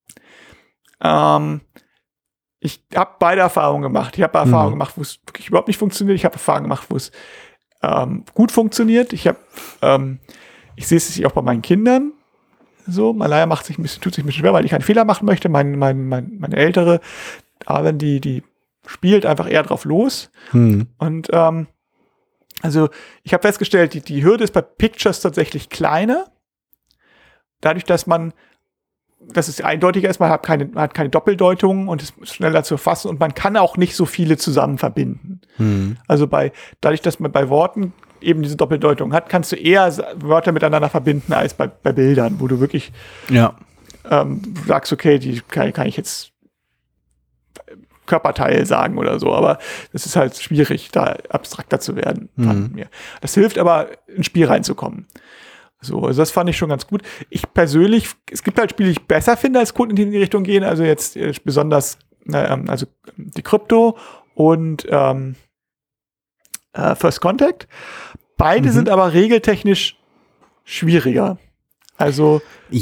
ähm, ich habe beide Erfahrungen gemacht. Ich habe Erfahrungen mhm. gemacht, wo es wirklich überhaupt nicht funktioniert. Ich habe Erfahrungen gemacht, wo es ähm, gut funktioniert. Ich habe, ähm, ich sehe es auch bei meinen Kindern so. Malaya macht sich ein bisschen, tut sich ein bisschen schwer, weil ich keinen Fehler machen möchte. Mein, mein, mein, meine ältere, Arlen, die, die spielt einfach eher drauf los. Mhm. Und ähm, also ich habe festgestellt, die, die Hürde ist bei Pictures tatsächlich kleiner. Dadurch, dass man, dass es eindeutiger ist, man hat keine, man hat keine Doppeldeutung und ist schneller zu erfassen und man kann auch nicht so viele zusammen verbinden. Mhm. Also bei, dadurch, dass man bei Worten eben diese Doppeldeutung hat, kannst du eher Wörter miteinander verbinden als bei, bei Bildern, wo du wirklich ja. ähm, sagst, okay, die kann, kann ich jetzt Körperteil sagen oder so, aber es ist halt schwierig, da abstrakter zu werden, fanden mhm. wir. Das hilft aber, ins Spiel reinzukommen. So, also das fand ich schon ganz gut. Ich persönlich, es gibt halt Spiele, die ich besser finde, als Kunden, die in die Richtung gehen, also jetzt äh, besonders, äh, also die Decrypto und ähm, äh, First Contact. Beide mhm. sind aber regeltechnisch schwieriger. Also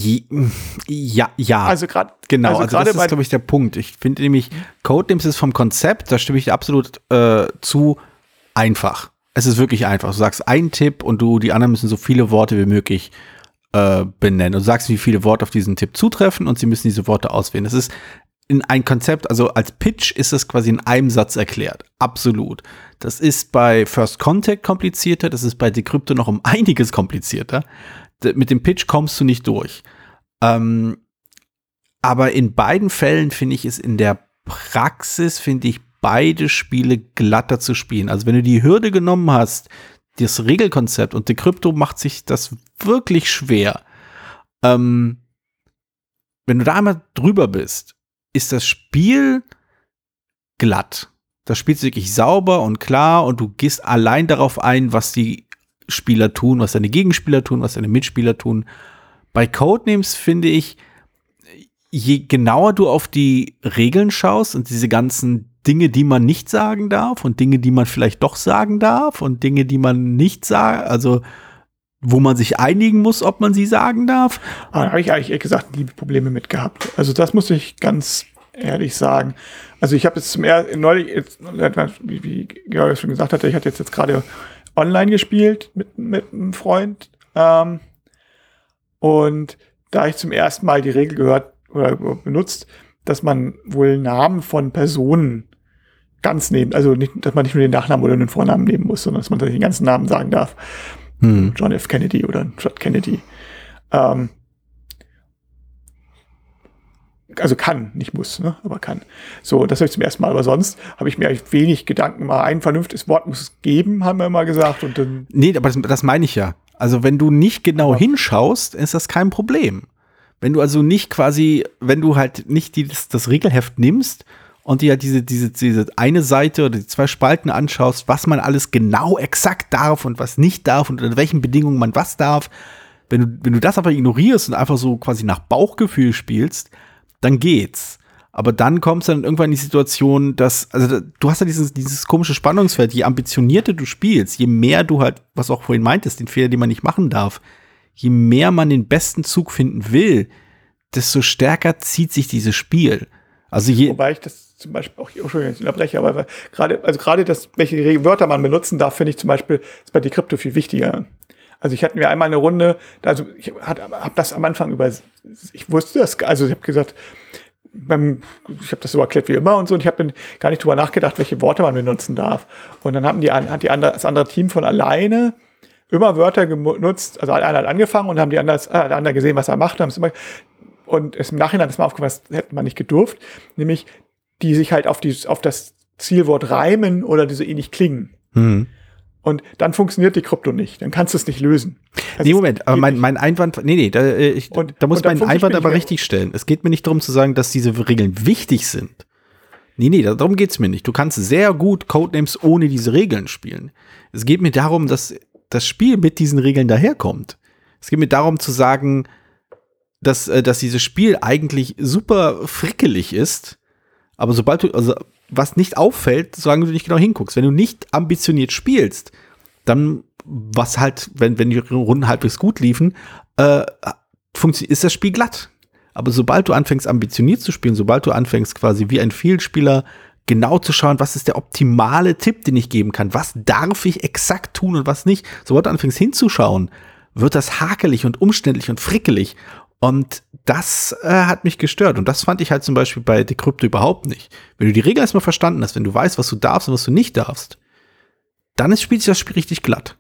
ja, ja. Also gerade genau, also, also das ist, glaube ich, der Punkt. Ich finde nämlich, Codenames ist vom Konzept, da stimme ich dir absolut äh, zu einfach. Es ist wirklich einfach. Du sagst einen Tipp und du, die anderen müssen so viele Worte wie möglich äh, benennen. Und du sagst, wie viele Worte auf diesen Tipp zutreffen und sie müssen diese Worte auswählen. Das ist in ein Konzept, also als Pitch ist es quasi in einem Satz erklärt. Absolut. Das ist bei First Contact komplizierter, das ist bei Decrypto noch um einiges komplizierter. Mit dem Pitch kommst du nicht durch. Ähm, aber in beiden Fällen finde ich es in der Praxis, finde ich beide Spiele glatter zu spielen. Also wenn du die Hürde genommen hast, das Regelkonzept und Decrypto macht sich das wirklich schwer. Ähm, wenn du da einmal drüber bist, ist das Spiel glatt. Das Spiel ist wirklich sauber und klar und du gehst allein darauf ein, was die Spieler tun, was deine Gegenspieler tun, was deine Mitspieler tun. Bei Codenames finde ich, je genauer du auf die Regeln schaust und diese ganzen Dinge, die man nicht sagen darf und Dinge, die man vielleicht doch sagen darf und Dinge, die man nicht sagt, also wo man sich einigen muss, ob man sie sagen darf. Da habe ich eigentlich ehrlich gesagt nie Probleme mit gehabt. Also das muss ich ganz ehrlich sagen. Also ich habe jetzt zum ersten neulich, jetzt, wie, wie Georg schon gesagt hatte, ich hatte jetzt, jetzt gerade online gespielt mit, mit einem Freund. Ähm, und da ich zum ersten Mal die Regel gehört oder benutzt, dass man wohl Namen von Personen ganz nehmen, also nicht, dass man nicht nur den Nachnamen oder den Vornamen nehmen muss, sondern dass man den ganzen Namen sagen darf. Hm. John F. Kennedy oder Judd Kennedy. Ähm, also kann, nicht muss, ne? aber kann. So, das habe ich zum ersten Mal. Aber sonst habe ich mir eigentlich wenig Gedanken gemacht. Ein vernünftiges Wort muss es geben, haben wir immer gesagt. Und dann nee, aber das, das meine ich ja. Also wenn du nicht genau hinschaust, ist das kein Problem. Wenn du also nicht quasi, wenn du halt nicht die, das, das Regelheft nimmst und dir halt diese, diese, diese eine Seite oder die zwei Spalten anschaust, was man alles genau exakt darf und was nicht darf und unter welchen Bedingungen man was darf, wenn du, wenn du das aber ignorierst und einfach so quasi nach Bauchgefühl spielst, dann geht's. Aber dann kommst du dann irgendwann in die Situation, dass, also du hast ja dieses, dieses komische Spannungsfeld, je ambitionierter du spielst, je mehr du halt, was auch vorhin meintest, den Fehler, den man nicht machen darf, je mehr man den besten Zug finden will, desto stärker zieht sich dieses Spiel. Also je Wobei ich das zum Beispiel auch, Entschuldigung, ich unterbreche, aber gerade, also gerade das, welche Wörter man benutzen darf, finde ich zum Beispiel, ist bei Decrypto viel wichtiger. Also ich hatte mir einmal eine Runde, also ich habe das am Anfang über, ich wusste das, also ich habe gesagt, beim, ich habe das so erklärt wie immer und so, und ich habe dann gar nicht drüber nachgedacht, welche Worte man benutzen darf. Und dann haben die, hat die andere, das andere Team von alleine immer Wörter genutzt, also einer hat angefangen und haben die anderen, äh, der andere gesehen, was er macht, haben es immer, und es im Nachhinein ist mir aufgefallen, das hätte man nicht gedurft, nämlich die sich halt auf, die, auf das Zielwort reimen oder die so ähnlich klingen. Mhm. Und dann funktioniert die Krypto nicht. Dann kannst du es nicht lösen. Das nee, Moment, aber mein, mein Einwand, nee, nee, da, ich, und, da muss und mein Einwand aber richtig stellen. Es geht mir nicht darum zu sagen, dass diese Regeln wichtig sind. Nee, nee, darum geht's mir nicht. Du kannst sehr gut Codenames ohne diese Regeln spielen. Es geht mir darum, dass das Spiel mit diesen Regeln daherkommt. Es geht mir darum zu sagen, dass, dass dieses Spiel eigentlich super frickelig ist, aber sobald du, also was nicht auffällt, solange du nicht genau hinguckst. Wenn du nicht ambitioniert spielst, dann, was halt, wenn, wenn die Runden halbwegs gut liefen, äh, ist das Spiel glatt. Aber sobald du anfängst, ambitioniert zu spielen, sobald du anfängst, quasi wie ein Vielspieler genau zu schauen, was ist der optimale Tipp, den ich geben kann, was darf ich exakt tun und was nicht, sobald du anfängst hinzuschauen, wird das hakelig und umständlich und frickelig. Und das äh, hat mich gestört. Und das fand ich halt zum Beispiel bei Decrypto überhaupt nicht. Wenn du die Regeln erstmal verstanden hast, wenn du weißt, was du darfst und was du nicht darfst, dann ist, spielt sich das Spiel richtig glatt.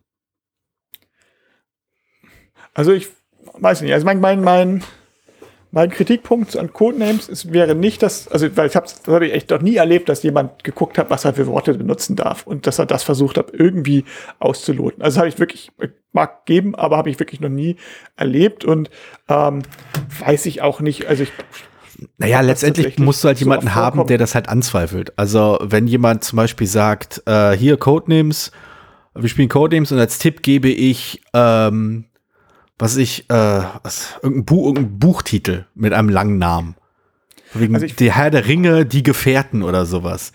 Also ich weiß nicht, also mein, mein, mein, mein Kritikpunkt an Codenames ist, wäre nicht, dass, also weil ich habe das habe ich echt noch nie erlebt, dass jemand geguckt hat, was er für Worte benutzen darf und dass er das versucht hat, irgendwie auszuloten. Also habe ich wirklich, mag geben, aber habe ich wirklich noch nie erlebt und ähm, weiß ich auch nicht, also ich Naja, letztendlich musst du halt jemanden so haben, der das halt anzweifelt. Also wenn jemand zum Beispiel sagt, äh, hier Codenames, wir spielen Codenames und als Tipp gebe ich ähm, was ich, äh, was, irgendein, Buch, irgendein Buchtitel mit einem langen Namen. Wegen also Der Herr der Ringe, die Gefährten oder sowas.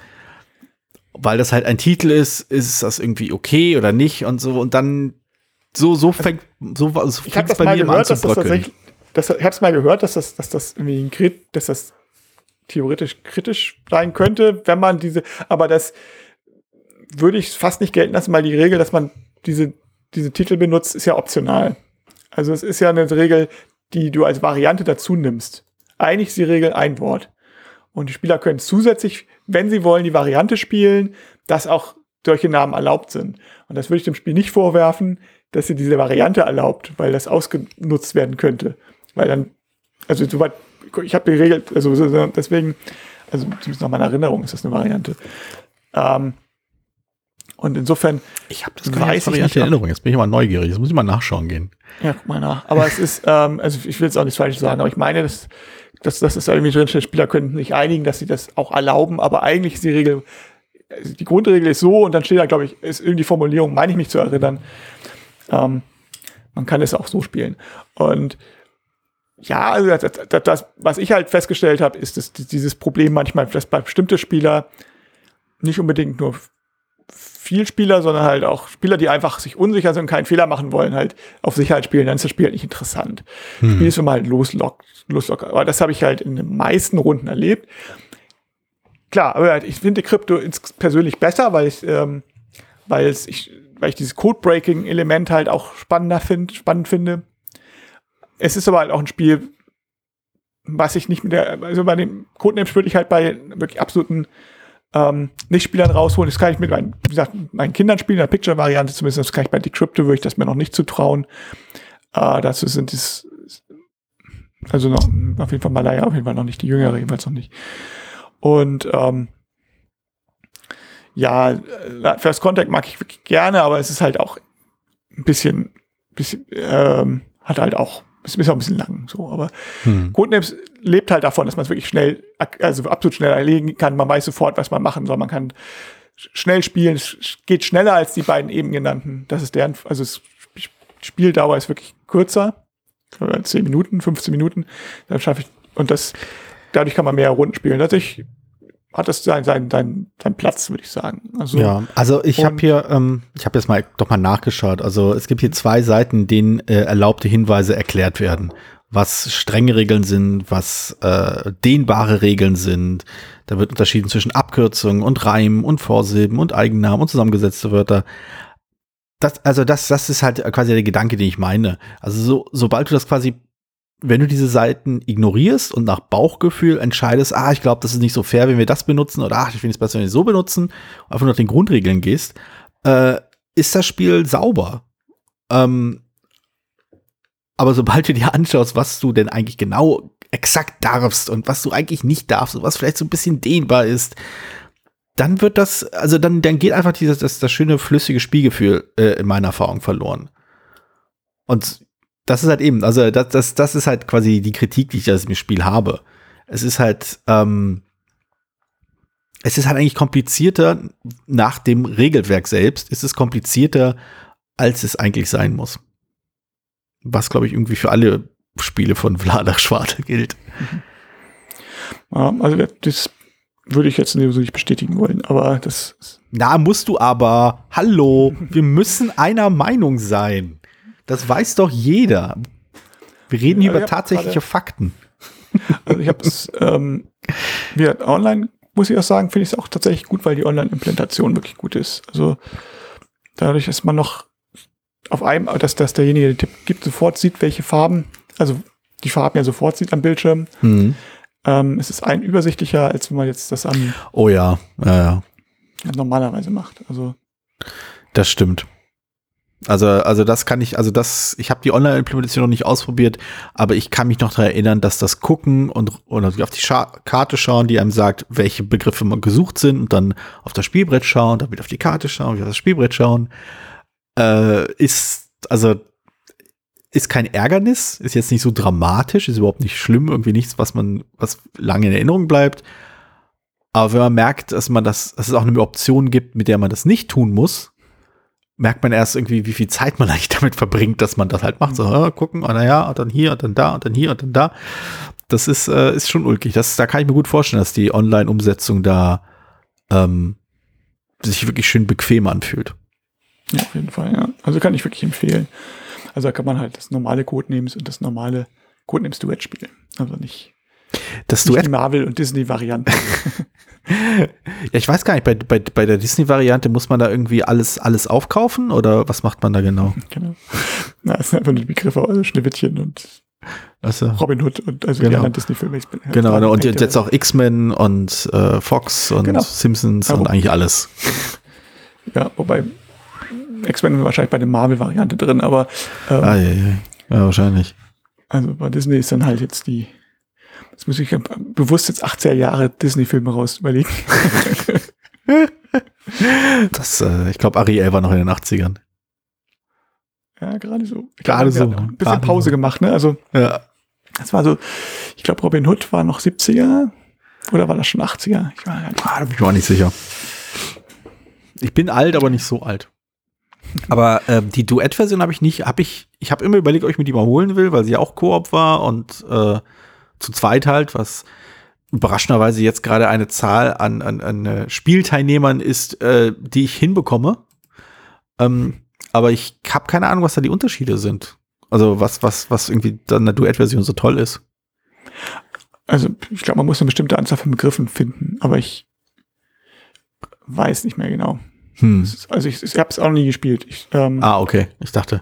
Weil das halt ein Titel ist, ist das irgendwie okay oder nicht und so. Und dann so, so fängt, so, so fängt es bei mir an zu bröckeln. Das, ich habe es mal gehört, dass das, dass das irgendwie, ein, dass das theoretisch kritisch sein könnte, wenn man diese, aber das würde ich fast nicht gelten lassen, weil die Regel, dass man diese, diese Titel benutzt, ist ja optional. Also es ist ja eine Regel, die du als Variante dazu nimmst. Eigentlich ist die Regel ein Wort. Und die Spieler können zusätzlich, wenn sie wollen, die Variante spielen, dass auch solche Namen erlaubt sind. Und das würde ich dem Spiel nicht vorwerfen, dass sie diese Variante erlaubt, weil das ausgenutzt werden könnte. Weil dann, also soweit, ich habe die Regel, also deswegen, also zumindest nach meiner Erinnerung ist das eine Variante. Ähm, Und insofern, ich habe das gar nicht in Erinnerung. Jetzt bin ich mal neugierig. Jetzt muss ich mal nachschauen gehen. Ja, guck mal nach. Aber es ist, ähm, also ich will jetzt auch nichts Falsches sagen, aber ich meine, dass das, das ist irgendwie drin, Spieler könnten sich einigen, dass sie das auch erlauben, aber eigentlich ist die Regel, die Grundregel ist so und dann steht da, glaube ich, ist irgendwie die Formulierung, meine ich mich zu erinnern, ähm, man kann es auch so spielen. Und ja, also das, das, das was ich halt festgestellt habe, ist dass dieses Problem manchmal, dass bei bestimmten Spielern nicht unbedingt nur Vielspieler, sondern halt auch Spieler, die einfach sich unsicher sind und keinen Fehler machen wollen, halt auf Sicherheit spielen, dann ist das Spiel halt nicht interessant. Hm. Das Spiel ist, wenn man halt loslockt, loslockt. Aber das habe ich halt in den meisten Runden erlebt. Klar, aber ich finde Krypto persönlich besser, weil ich, ähm, weil es, ich, weil ich dieses Code-Breaking-Element halt auch spannender find, spannend finde. Es ist aber halt auch ein Spiel, was ich nicht mit der, also bei den Codenames würde ich halt bei wirklich absoluten Ähm, Nicht-Spielern rausholen. Das kann ich mit meinen, wie gesagt, meinen Kindern spielen, in der Picture-Variante zumindest. Das kann ich bei Decrypto, würde ich das mir noch nicht zutrauen. Äh, dazu sind es, also noch, auf jeden Fall Malaya, auf jeden Fall noch nicht, die Jüngere jedenfalls noch nicht. Und, ähm, ja, First Contact mag ich wirklich gerne, aber es ist halt auch ein bisschen, bisschen ähm, hat halt auch, ist auch ein bisschen lang, so, aber hm. Codenames lebt halt davon, dass man es wirklich schnell, also absolut schnell erlegen kann. Man weiß sofort, was man machen soll. Man kann schnell spielen. Es geht schneller als die beiden eben genannten. Das ist deren, also das Spieldauer ist wirklich kürzer. zehn Minuten, fünfzehn Minuten. Dann schaffe ich, und das, dadurch kann man mehr Runden spielen. Dadurch hat das seinen sein, sein, sein Platz, würde ich sagen. Also, ja, also ich habe hier, ähm, ich habe jetzt mal doch mal nachgeschaut. Also es gibt hier zwei Seiten, denen äh, erlaubte Hinweise erklärt werden. Was strenge Regeln sind, was äh, dehnbare Regeln sind. Da wird unterschieden zwischen Abkürzungen und Reimen und Vorsilben und Eigennamen und zusammengesetzte Wörter. Das, also das, das ist halt quasi der Gedanke, den ich meine. Also so, sobald du das quasi wenn du diese Seiten ignorierst und nach Bauchgefühl entscheidest, ah, ich glaube, das ist nicht so fair, wenn wir das benutzen, oder ach, ich finde es besser, wenn wir so benutzen, einfach nach den Grundregeln gehst, äh, ist das Spiel sauber. Ähm, aber sobald du dir anschaust, was du denn eigentlich genau exakt darfst und was du eigentlich nicht darfst und was vielleicht so ein bisschen dehnbar ist, dann wird das, also dann, dann geht einfach dieses, das, das schöne, flüssige Spielgefühl äh, in meiner Erfahrung verloren. Und das ist halt eben, also das, das, das ist halt quasi die Kritik, die ich aus dem Spiel habe. Es ist halt, ähm, es ist halt eigentlich komplizierter nach dem Regelwerk selbst. Es ist komplizierter, als es eigentlich sein muss. Was, glaube ich, irgendwie für alle Spiele von Vlaada Chvátil gilt. Ja, also das würde ich jetzt nicht bestätigen wollen, aber das. Na, musst du aber. Hallo, wir müssen einer Meinung sein. Das weiß doch jeder. Wir reden hier ja, über tatsächliche grade, Fakten. Also ich habe es, ähm, wir online, muss ich auch sagen, finde ich es auch tatsächlich gut, weil die Online-Implementation wirklich gut ist. Also dadurch, dass man noch auf einem, dass, dass derjenige den Tipp gibt, sofort sieht, welche Farben, also die Farben ja sofort sieht am Bildschirm. Mhm. Ähm, es ist ein übersichtlicher, als wenn man jetzt das an oh ja, ja, ja. normalerweise macht. Also das stimmt. Also, also das kann ich, also das, ich habe die Online-Implementation noch nicht ausprobiert, aber ich kann mich noch daran erinnern, dass das Gucken und oder auf die Scha- Karte schauen, die einem sagt, welche Begriffe mal gesucht sind, und dann auf das Spielbrett schauen, dann wieder auf die Karte schauen, wieder auf das Spielbrett schauen, äh, ist, also ist kein Ärgernis, ist jetzt nicht so dramatisch, ist überhaupt nicht schlimm, irgendwie nichts, was man, was lange in Erinnerung bleibt. Aber wenn man merkt, dass man das, dass es auch eine Option gibt, mit der man das nicht tun muss, merkt man erst irgendwie, wie viel Zeit man eigentlich damit verbringt, dass man das halt macht. So, äh, gucken, und naja, und dann hier, und dann da, und dann hier, und dann da. Das ist, äh, ist schon ulkig. Das, da kann ich mir gut vorstellen, dass die Online-Umsetzung da ähm, sich wirklich schön bequem anfühlt. Ja, auf jeden Fall, ja. Also kann ich wirklich empfehlen. Also da kann man halt das normale Codenames und das normale Codenames-Duett spielen. Also nicht, das nicht Duett? die Marvel- und Disney-Variante. Ja, ich weiß gar nicht, bei, bei, bei der Disney-Variante muss man da irgendwie alles, alles aufkaufen, oder was macht man da genau? Genau. Na, es sind einfach nur die Begriffe, also Schneewittchen und also, Robin Hood und also genau. die anderen Disney-Filme. Genau, und, und jetzt, jetzt auch X-Men und äh, Fox und genau. Simpsons ja, und eigentlich alles. Ja, wobei X-Men wahrscheinlich bei der Marvel-Variante drin, aber ähm, ah, ja, ja. ja, wahrscheinlich. Also bei Disney ist dann halt jetzt die, das muss ich bewusst jetzt achtziger Jahre Disney-Filme raus überlegen. das, äh, ich glaube, Ariel war noch in den achtzigern. Ja, gerade so. Ich gerade glaub, so. Ein bisschen Pause so. gemacht, ne? Also, ja. Das war so, ich glaube, Robin Hood war noch siebziger oder war das schon achtziger? Ich war, ah, da bin ich mir auch nicht sicher. Ich bin alt, aber nicht so alt. Aber ähm, die Duett-Version habe ich nicht, habe ich, ich habe immer überlegt, ob ich mir die mal holen will, weil sie ja auch Koop war und äh, zu zweit halt, was überraschenderweise jetzt gerade eine Zahl an, an, an Spielteilnehmern ist, äh, die ich hinbekomme. Ähm, aber ich habe keine Ahnung, was da die Unterschiede sind. Also was, was, was irgendwie dann in der Duett-Version so toll ist. Also ich glaube, man muss eine bestimmte Anzahl von Begriffen finden, aber ich weiß nicht mehr genau. Hm. Ist, also ich, ich habe es auch noch nie gespielt. Ich, ähm, ah, okay. Ich dachte.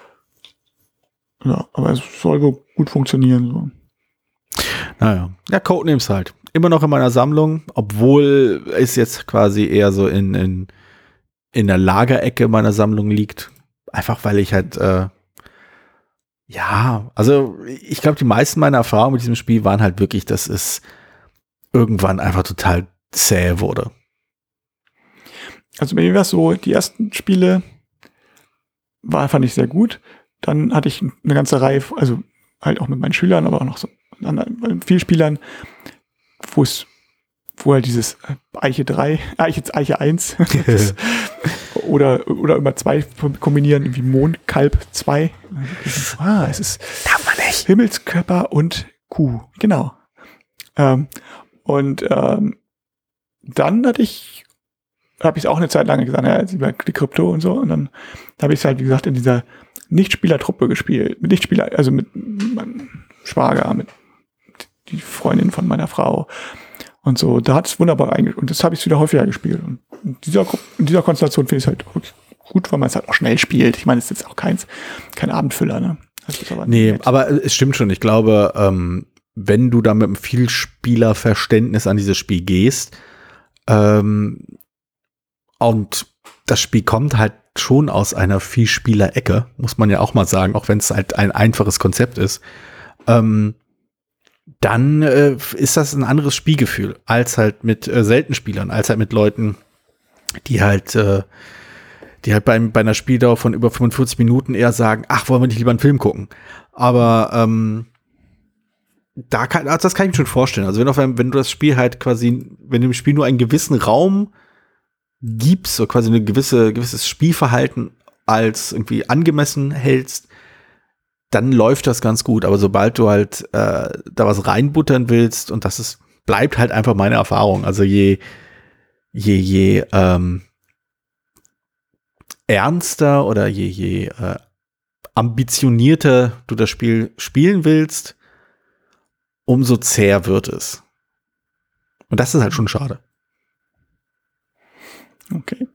Ja, aber es soll wohl gut funktionieren. So. Naja. Ja, Codenames halt. Immer noch in meiner Sammlung, obwohl es jetzt quasi eher so in, in, in der Lagerecke meiner Sammlung liegt. Einfach weil ich halt äh, ja, also ich glaube, die meisten meiner Erfahrungen mit diesem Spiel waren halt wirklich, dass es irgendwann einfach total zäh wurde. Also bei mir war es so, die ersten Spiele war, fand ich sehr gut. Dann hatte ich eine ganze Reihe, also halt auch mit meinen Schülern, aber auch noch so anderen Vielspielern, wo es, wo halt dieses Eiche drei, Eiche, Eiche eins oder, oder immer zwei kombinieren, wie Mondkalb zwei. Ah, es ist darf man nicht. Himmelskörper und Kuh, genau. Ähm, und ähm, dann hatte ich habe ich es auch eine Zeit lang gesagt, ja, jetzt über die Krypto und so. Und dann habe ich es halt, wie gesagt, in dieser Nichtspielertruppe gespielt. Mit Nichtspieler, also mit meinem Schwager, mit die Freundin von meiner Frau und so. Da hat es wunderbar eingespielt. Und das habe ich wieder häufiger gespielt. Und in dieser, in dieser Konstellation finde ich es halt gut, weil man es halt auch schnell spielt. Ich meine, es ist jetzt auch keins, kein Abendfüller, ne? Das ist aber Nee, nett. aber es stimmt schon. Ich glaube, ähm, wenn du da mit einem Vielspielerverständnis an dieses Spiel gehst, ähm, und das Spiel kommt halt schon aus einer Vielspieler-Ecke, muss man ja auch mal sagen, auch wenn es halt ein einfaches Konzept ist, ähm, dann äh, ist das ein anderes Spielgefühl als halt mit äh, seltenen Spielern, als halt mit Leuten, die halt, äh, die halt beim, bei einer Spieldauer von über fünfundvierzig Minuten eher sagen, ach, wollen wir nicht lieber einen Film gucken? Aber ähm, da kann, also das kann ich mir schon vorstellen. Also wenn, auf einem, wenn du das Spiel halt quasi, wenn du dem Spiel nur einen gewissen Raum gibst, so quasi ein gewisse, gewisses Spielverhalten als irgendwie angemessen hältst, dann läuft das ganz gut. Aber sobald du halt äh, da was reinbuttern willst, und das ist, bleibt halt einfach meine Erfahrung. Also je, je, je ähm, ernster oder je, je äh, ambitionierter du das Spiel spielen willst, umso zäher wird es. Und das ist halt schon schade. Okay.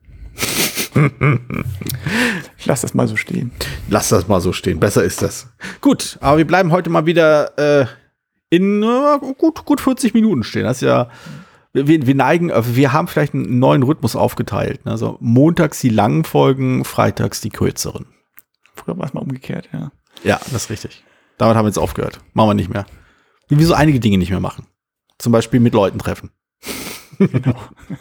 Ich lasse das mal so stehen. Lass das mal so stehen. Besser ist das. Gut, aber wir bleiben heute mal wieder äh, in äh, gut, gut vierzig Minuten stehen. Das ist ja, wir, wir neigen, wir haben vielleicht einen neuen Rhythmus aufgeteilt. Ne? Also montags die langen Folgen, freitags die kürzeren. Früher war es mal umgekehrt, ja. Ja, das ist richtig. Damit haben wir jetzt aufgehört. Machen wir nicht mehr. Wie wir so einige Dinge nicht mehr machen. Zum Beispiel mit Leuten treffen. Genau.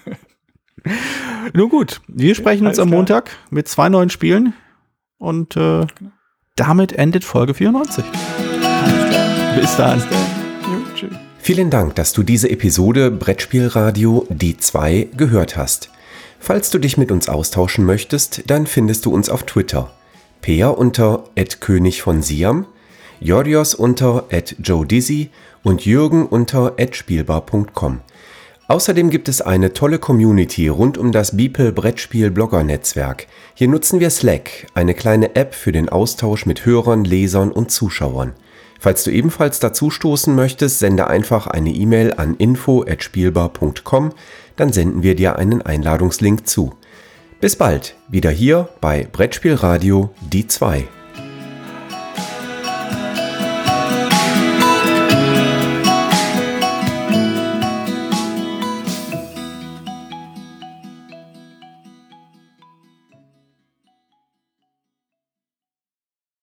Nun gut, wir sprechen uns alles am klar. Montag mit zwei neuen Spielen und äh, damit endet Folge vierundneunzig. Bis dann. Jo, tschüss. Vielen Dank, dass du diese Episode Brettspielradio die zwei gehört hast. Falls du dich mit uns austauschen möchtest, dann findest du uns auf Twitter. Peer unter at König von Siam, Jorios unter at Joe Dizzy und Jürgen unter at spielbar punkt com. Außerdem gibt es eine tolle Community rund um das Beeple Brettspiel-Blogger-Netzwerk. Hier nutzen wir Slack, eine kleine App für den Austausch mit Hörern, Lesern und Zuschauern. Falls du ebenfalls dazu stoßen möchtest, sende einfach eine E-Mail an info at spielbar punkt com, dann senden wir dir einen Einladungslink zu. Bis bald, wieder hier bei Brettspielradio die zwei.